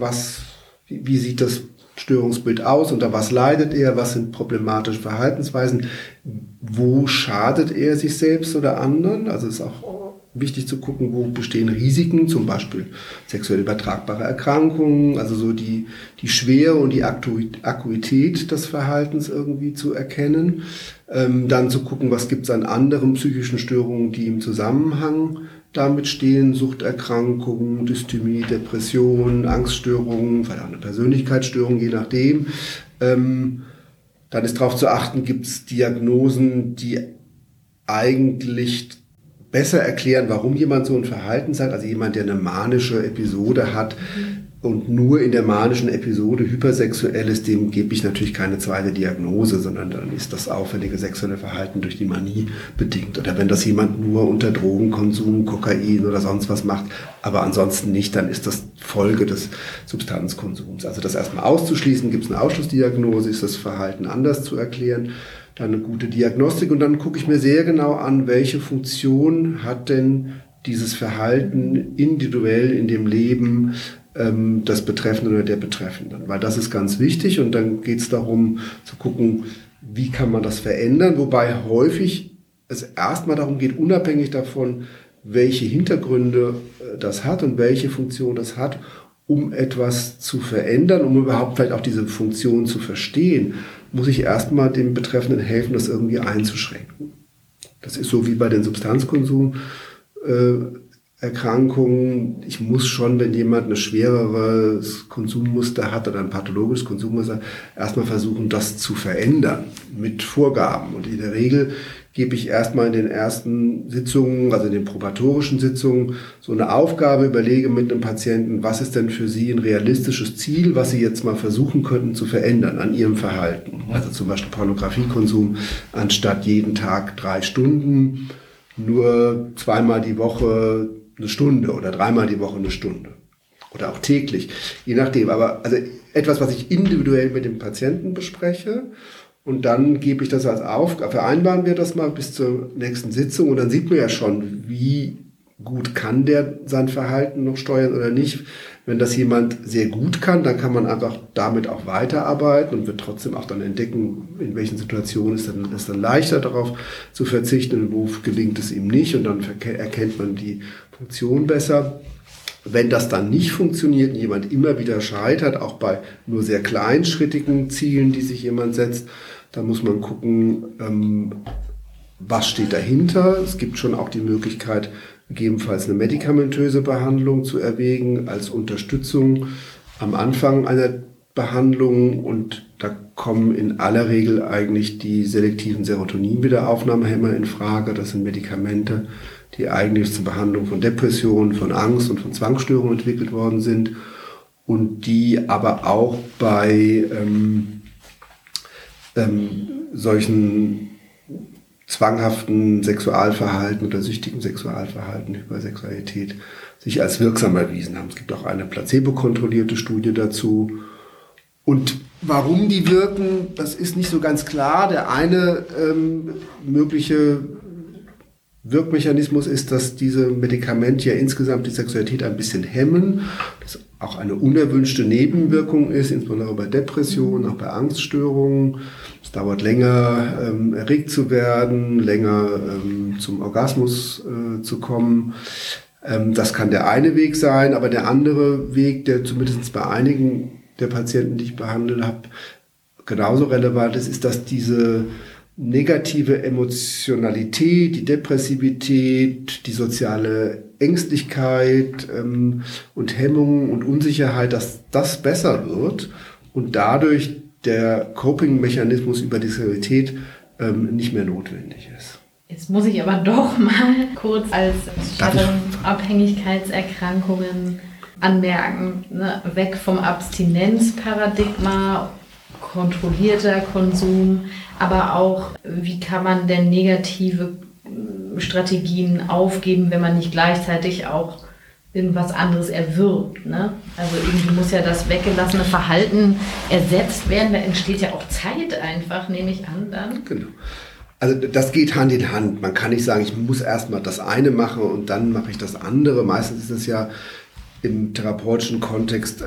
Wie sieht das Störungsbild aus, unter was leidet er, was sind problematische Verhaltensweisen, wo schadet er sich selbst oder anderen. Also es ist auch wichtig zu gucken, wo bestehen Risiken, zum Beispiel sexuell übertragbare Erkrankungen, also so die Schwere und die Akuität des Verhaltens irgendwie zu erkennen. Dann zu gucken, was gibt es an anderen psychischen Störungen, die im Zusammenhang damit stehen, Suchterkrankungen, Dysthymie, Depression, Angststörungen, vielleicht auch eine Persönlichkeitsstörung, je nachdem. Dann ist darauf zu achten, gibt es Diagnosen, die eigentlich besser erklären, warum jemand so ein Verhalten zeigt. Also jemand, der eine manische Episode hat und nur in der manischen Episode hypersexuell ist, dem gebe ich natürlich keine zweite Diagnose, sondern dann ist das auffällige sexuelle Verhalten durch die Manie bedingt. Oder wenn das jemand nur unter Drogenkonsum, Kokain oder sonst was macht, aber ansonsten nicht, dann ist das Folge des Substanzkonsums. Also das erstmal auszuschließen, gibt es eine Ausschlussdiagnose, ist das Verhalten anders zu erklären, dann eine gute Diagnostik und dann gucke ich mir sehr genau an, welche Funktion hat denn dieses Verhalten individuell in dem Leben des Betreffenden oder der Betreffenden. Weil das ist ganz wichtig und dann geht es darum zu gucken, wie kann man das verändern, wobei häufig es erstmal darum geht, unabhängig davon, welche Hintergründe das hat und welche Funktion das hat, um etwas zu verändern, um überhaupt vielleicht auch diese Funktion zu verstehen, muss ich erstmal dem Betreffenden helfen, das irgendwie einzuschränken. Das ist so wie bei den Substanzkonsum Erkrankungen. Ich muss schon, wenn jemand ein schwereres Konsummuster hat oder ein pathologisches Konsummuster, erstmal versuchen, das zu verändern mit Vorgaben. Und in der Regel gebe ich erstmal in den ersten Sitzungen, also in den probatorischen Sitzungen, so eine Aufgabe, überlege mit einem Patienten, was ist denn für Sie ein realistisches Ziel, was Sie jetzt mal versuchen könnten zu verändern an Ihrem Verhalten. Also zum Beispiel Pornografiekonsum anstatt jeden Tag 3 Stunden, nur 2-mal die Woche eine Stunde oder 3-mal die Woche eine Stunde. Oder auch täglich, je nachdem. Aber also etwas, was ich individuell mit dem Patienten bespreche. Und dann gebe ich das als Aufgabe, vereinbaren wir das mal bis zur nächsten Sitzung und dann sieht man ja schon, wie gut kann der sein Verhalten noch steuern oder nicht. Wenn das jemand sehr gut kann, dann kann man einfach damit auch weiterarbeiten und wird trotzdem auch dann entdecken, in welchen Situationen ist es dann leichter darauf zu verzichten und wo gelingt es ihm nicht und dann erkennt man die Funktion besser. Wenn das dann nicht funktioniert und jemand immer wieder scheitert, auch bei nur sehr kleinschrittigen Zielen, die sich jemand setzt, dann muss man gucken, was steht dahinter. Es gibt schon auch die Möglichkeit, gegebenenfalls eine medikamentöse Behandlung zu erwägen als Unterstützung am Anfang einer Behandlung. Und da kommen in aller Regel eigentlich die selektiven Serotonin-Wiederaufnahmehämmer in Frage. Das sind Medikamente, die eigentlich zur Behandlung von Depressionen, von Angst und von Zwangsstörungen entwickelt worden sind und die aber auch bei solchen zwanghaften Sexualverhalten oder süchtigen Sexualverhalten, Hypersexualität sich als wirksam erwiesen haben. Es gibt auch eine placebo-kontrollierte Studie dazu. Und warum die wirken, das ist nicht so ganz klar. Der eine mögliche Wirkmechanismus ist, dass diese Medikamente ja insgesamt die Sexualität ein bisschen hemmen. Das auch eine unerwünschte Nebenwirkung ist, insbesondere bei Depressionen, auch bei Angststörungen. Es dauert länger, erregt zu werden, länger zum Orgasmus zu kommen. Das kann der eine Weg sein, aber der andere Weg, der zumindest bei einigen der Patienten, die ich behandelt habe, genauso relevant ist, dass diese negative Emotionalität, die Depressivität, die soziale Ängstlichkeit und Hemmung und Unsicherheit, dass das besser wird und dadurch der Coping-Mechanismus über die Sexualität nicht mehr notwendig ist. Jetzt muss ich aber doch mal kurz als Abhängigkeitserkrankungen anmerken, ne? Weg vom Abstinenzparadigma, kontrollierter Konsum, aber auch, wie kann man denn negative Strategien aufgeben, wenn man nicht gleichzeitig auch irgendwas anderes erwirbt, ne? Also irgendwie muss ja das weggelassene Verhalten ersetzt werden, da entsteht ja auch Zeit einfach, nehme ich an dann. Genau. Also das geht Hand in Hand. Man kann nicht sagen, ich muss erstmal das eine machen und dann mache ich das andere. Meistens ist es ja im therapeutischen Kontext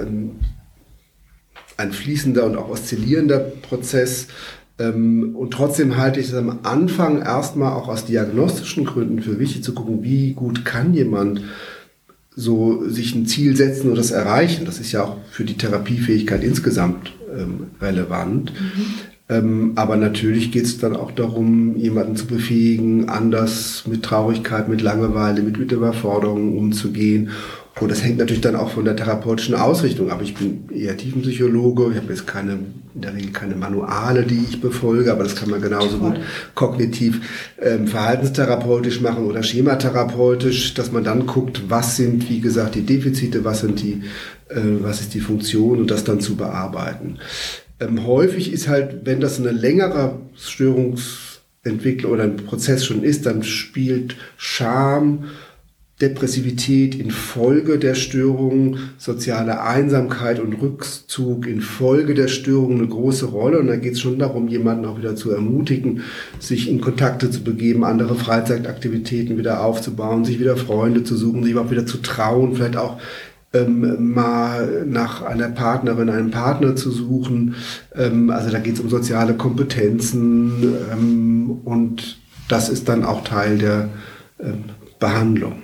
ein fließender und auch oszillierender Prozess. Und trotzdem halte ich es am Anfang erstmal auch aus diagnostischen Gründen für wichtig zu gucken, wie gut kann jemand so sich ein Ziel setzen und das erreichen. Das ist ja auch für die Therapiefähigkeit insgesamt relevant. Aber natürlich geht es dann auch darum, jemanden zu befähigen, anders mit Traurigkeit, mit Langeweile, mit Überforderungen umzugehen. Und das hängt natürlich dann auch von der therapeutischen Ausrichtung ab. Ich bin eher Tiefenpsychologe, ich habe jetzt in der Regel keine Manuale, die ich befolge, aber das kann man genauso gut kognitiv verhaltenstherapeutisch machen oder schematherapeutisch, dass man dann guckt, was sind, wie gesagt, die Defizite, was ist die Funktion und das dann zu bearbeiten. Häufig ist halt, wenn das eine längere Störungsentwicklung oder ein Prozess schon ist, dann spielt Scham, Depressivität infolge der Störung, soziale Einsamkeit und Rückzug infolge der Störung eine große Rolle. Und da geht es schon darum, jemanden auch wieder zu ermutigen, sich in Kontakte zu begeben, andere Freizeitaktivitäten wieder aufzubauen, sich wieder Freunde zu suchen, sich überhaupt wieder zu trauen, vielleicht auch mal nach einer Partnerin, einem Partner zu suchen. Also da geht es um soziale Kompetenzen und das ist dann auch Teil der Behandlung.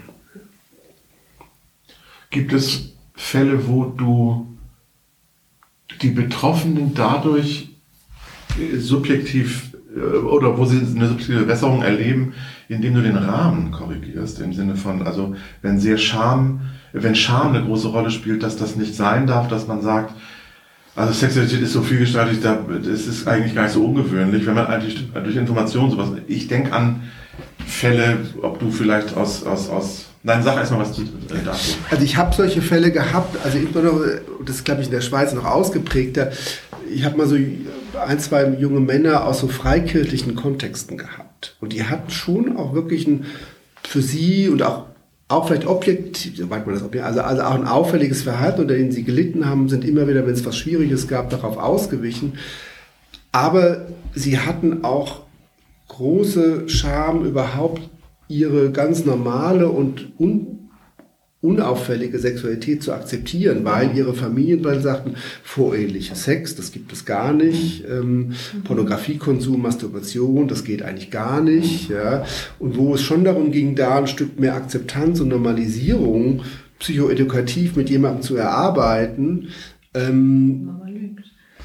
Gibt es Fälle, wo du die Betroffenen dadurch subjektiv oder wo sie eine subjektive Besserung erleben, indem du den Rahmen korrigierst, im Sinne von, also wenn Scham eine große Rolle spielt, dass das nicht sein darf, dass man sagt, Also Sexualität ist so vielgestaltig, das ist eigentlich gar nicht so ungewöhnlich, wenn man eigentlich durch Informationen sowas... Ich denke an Fälle, ob du vielleicht Nein, sag erstmal was dazu. Also ich habe solche Fälle gehabt, also insbesondere, das ist glaube ich in der Schweiz noch ausgeprägter, ich habe mal so 1, 2 junge Männer aus so freikirchlichen Kontexten gehabt. Und die hatten schon auch wirklich für sie und auch vielleicht objektiv, soweit man das also auch ein auffälliges Verhalten, unter dem sie gelitten haben, sind immer wieder, wenn es was Schwieriges gab, darauf ausgewichen. Aber sie hatten auch große Scham, überhaupt ihre ganz normale und unauffällige Sexualität zu akzeptieren, weil ihre Familien sagten, voreheliche Sex, das gibt es gar nicht, Pornografiekonsum, Masturbation, das geht eigentlich gar nicht. Ja. Und wo es schon darum ging, da ein Stück mehr Akzeptanz und Normalisierung psychoedukativ mit jemandem zu erarbeiten, Mama lügt.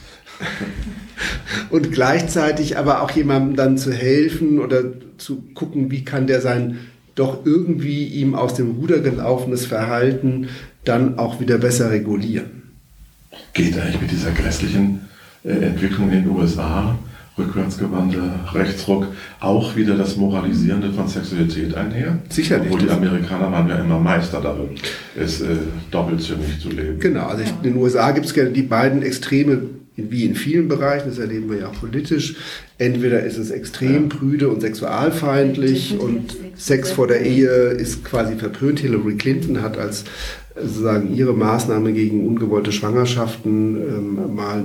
und gleichzeitig aber auch jemandem dann zu helfen oder zu gucken, wie kann der sein doch irgendwie ihm aus dem Ruder gelaufenes Verhalten dann auch wieder besser regulieren. Geht eigentlich mit dieser grässlichen Entwicklung in den USA, rückwärtsgewandter Rechtsruck, auch wieder das Moralisierende von Sexualität einher? Sicherlich. Obwohl die Amerikaner waren ja immer Meister darin, es doppelzüngig zu leben. Genau, also in den USA gibt es gerne die beiden Extreme, wie in vielen Bereichen, das erleben wir ja auch politisch. Entweder ist es extrem prüde und sexualfeindlich und Sex vor der Ehe ist quasi verpönt. Hillary Clinton hat als sozusagen ihre Maßnahme gegen ungewollte Schwangerschaften mal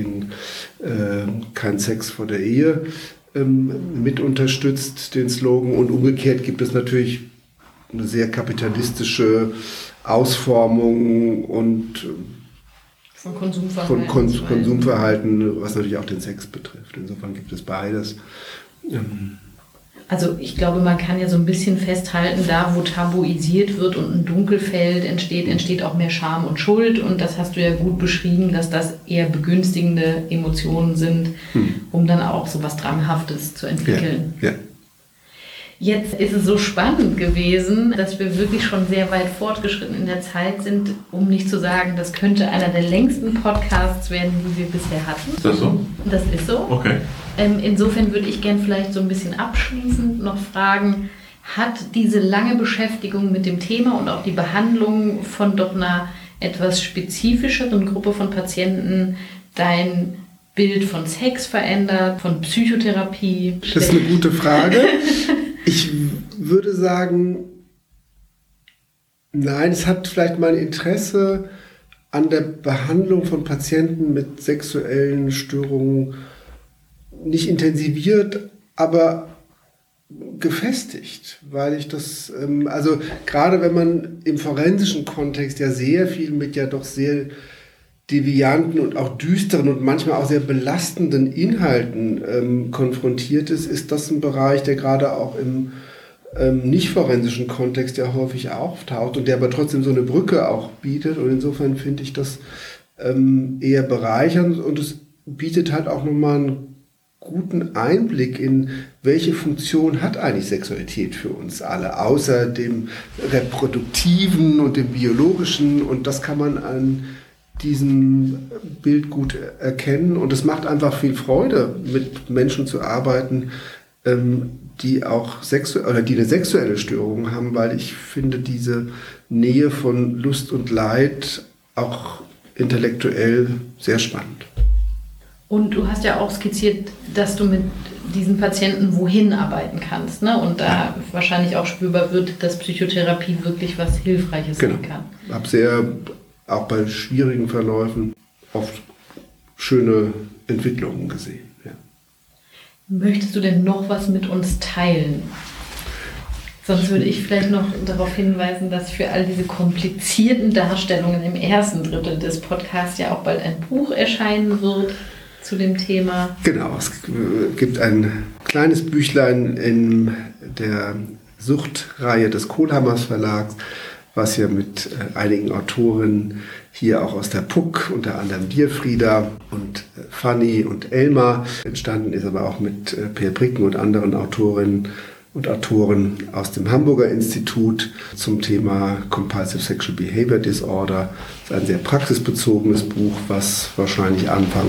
kein Sex vor der Ehe mit unterstützt, den Slogan. Und umgekehrt gibt es natürlich eine sehr kapitalistische Ausformung und von Konsumverhalten. Konsumverhalten, was natürlich auch den Sex betrifft. Insofern gibt es beides. Also ich glaube, man kann ja so ein bisschen festhalten, da wo tabuisiert wird und ein Dunkelfeld entsteht auch mehr Scham und Schuld. Und das hast du ja gut beschrieben, dass das eher begünstigende Emotionen sind, um dann auch so was Dranghaftes zu entwickeln. Ja. Jetzt ist es so spannend gewesen, dass wir wirklich schon sehr weit fortgeschritten in der Zeit sind, um nicht zu sagen, das könnte einer der längsten Podcasts werden, die wir bisher hatten. Ist das so? Das ist so. Okay. Insofern würde ich gern vielleicht so ein bisschen abschließend noch fragen, hat diese lange Beschäftigung mit dem Thema und auch die Behandlung von doch einer etwas spezifischeren Gruppe von Patienten dein Bild von Sex verändert, von Psychotherapie? Das ist eine gute Frage. Ich würde sagen, nein, es hat vielleicht mein Interesse an der Behandlung von Patienten mit sexuellen Störungen nicht intensiviert, aber gefestigt, weil ich das, also gerade wenn man im forensischen Kontext ja sehr viel mit ja doch sehr devianten und auch düsteren und manchmal auch sehr belastenden Inhalten konfrontiert ist das ein Bereich, der gerade auch im nicht forensischen Kontext ja häufig auftaucht und der aber trotzdem so eine Brücke auch bietet. Und insofern finde ich das eher bereichernd und es bietet halt auch nochmal einen guten Einblick in, welche Funktion hat eigentlich Sexualität für uns alle, außer dem reproduktiven und dem biologischen, und das kann man an diesem Bild gut erkennen, und es macht einfach viel Freude, mit Menschen zu arbeiten, die auch die eine sexuelle Störung haben, weil ich finde diese Nähe von Lust und Leid auch intellektuell sehr spannend. Und du hast ja auch skizziert, dass du mit diesen Patienten wohin arbeiten kannst, ne? Und da wahrscheinlich auch spürbar wird, dass Psychotherapie wirklich was Hilfreiches sein kann. Ich habe auch bei schwierigen Verläufen oft schöne Entwicklungen gesehen. Ja. Möchtest du denn noch was mit uns teilen? Sonst würde ich vielleicht noch darauf hinweisen, dass für all diese komplizierten Darstellungen im ersten Drittel des Podcasts ja auch bald ein Buch erscheinen wird zu dem Thema. Genau, es gibt ein kleines Büchlein in der Suchtreihe des Kohlhammers Verlags, was ja mit einigen Autorinnen hier auch aus der Puck, unter anderem dir, Frieda, und Fanny und Elmar entstanden ist, aber auch mit Per Bricken und anderen Autorinnen und Autorin aus dem Hamburger Institut zum Thema Compulsive Sexual Behavior Disorder. Das ist ein sehr praxisbezogenes Buch, was wahrscheinlich Anfang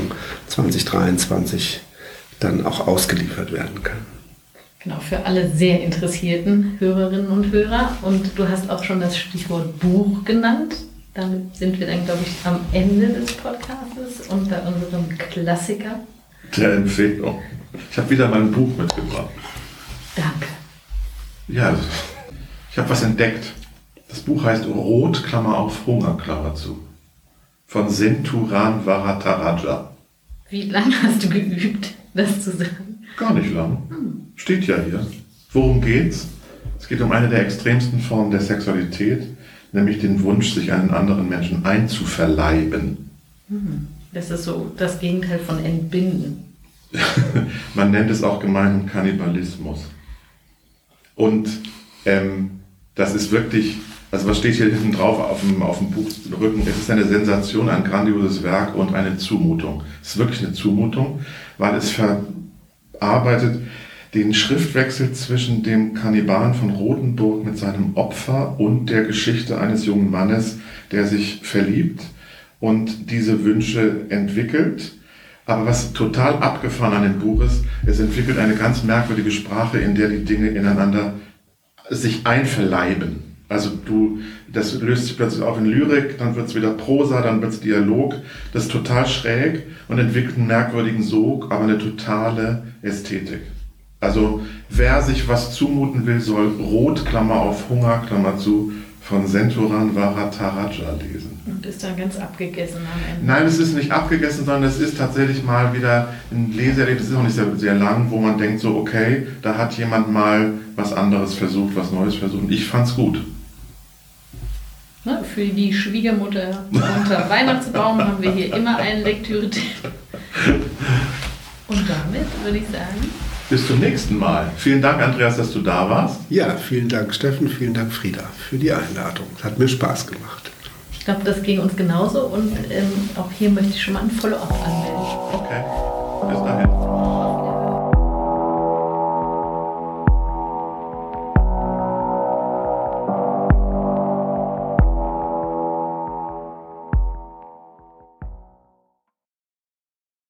2023 dann auch ausgeliefert werden kann. Genau, für alle sehr interessierten Hörerinnen und Hörer. Und du hast auch schon das Stichwort Buch genannt. Damit sind wir dann, glaube ich, am Ende des Podcasts und bei unserem Klassiker. Der Empfehlung. Ich habe wieder mein Buch mitgebracht. Danke. Ja, ich habe was entdeckt. Das Buch heißt Rot, Klammer auf, Hunger, Klammer zu. Von Senturan Varadaraja. Wie lange hast du geübt, das zu sagen? Gar nicht lang. Steht ja hier. Worum geht's? Es geht um eine der extremsten Formen der Sexualität, nämlich den Wunsch, sich einen anderen Menschen einzuverleiben. Das ist so das Gegenteil von entbinden. Man nennt es auch gemeinen Kannibalismus. Und das ist wirklich, also was steht hier hinten drauf auf dem Buchrücken? Es ist eine Sensation, ein grandioses Werk und eine Zumutung. Es ist wirklich eine Zumutung, weil es verarbeitet den Schriftwechsel zwischen dem Kannibalen von Rothenburg mit seinem Opfer und der Geschichte eines jungen Mannes, der sich verliebt und diese Wünsche entwickelt. Aber was total abgefahren an dem Buch ist, es entwickelt eine ganz merkwürdige Sprache, in der die Dinge ineinander sich einverleiben. Also das löst sich plötzlich auf in Lyrik, dann wird es wieder Prosa, dann wird es Dialog. Das ist total schräg und entwickelt einen merkwürdigen Sog, aber eine totale Ästhetik. Also wer sich was zumuten will, soll Rot, Klammer auf, Hunger, Klammer zu, von Senturan Varadaraja lesen. Und ist dann ganz abgegessen am Ende. Nein, es ist nicht abgegessen, sondern es ist tatsächlich mal wieder ein Leseerlebnis, es ist auch nicht sehr, sehr lang, wo man denkt so, okay, da hat jemand mal was anderes versucht, was Neues versucht. Und ich fand's gut. Ne, für die Schwiegermutter unter Weihnachtsbaum haben wir hier immer einen Lektüre-Tipp. Und damit würde ich sagen... Bis zum nächsten Mal. Vielen Dank, Andreas, dass du da warst. Ja, vielen Dank, Steffen, vielen Dank, Frieda, für die Einladung. Es hat mir Spaß gemacht. Ich glaube, das ging uns genauso und auch hier möchte ich schon mal ein Follow-up anmelden. Okay, bis dahin.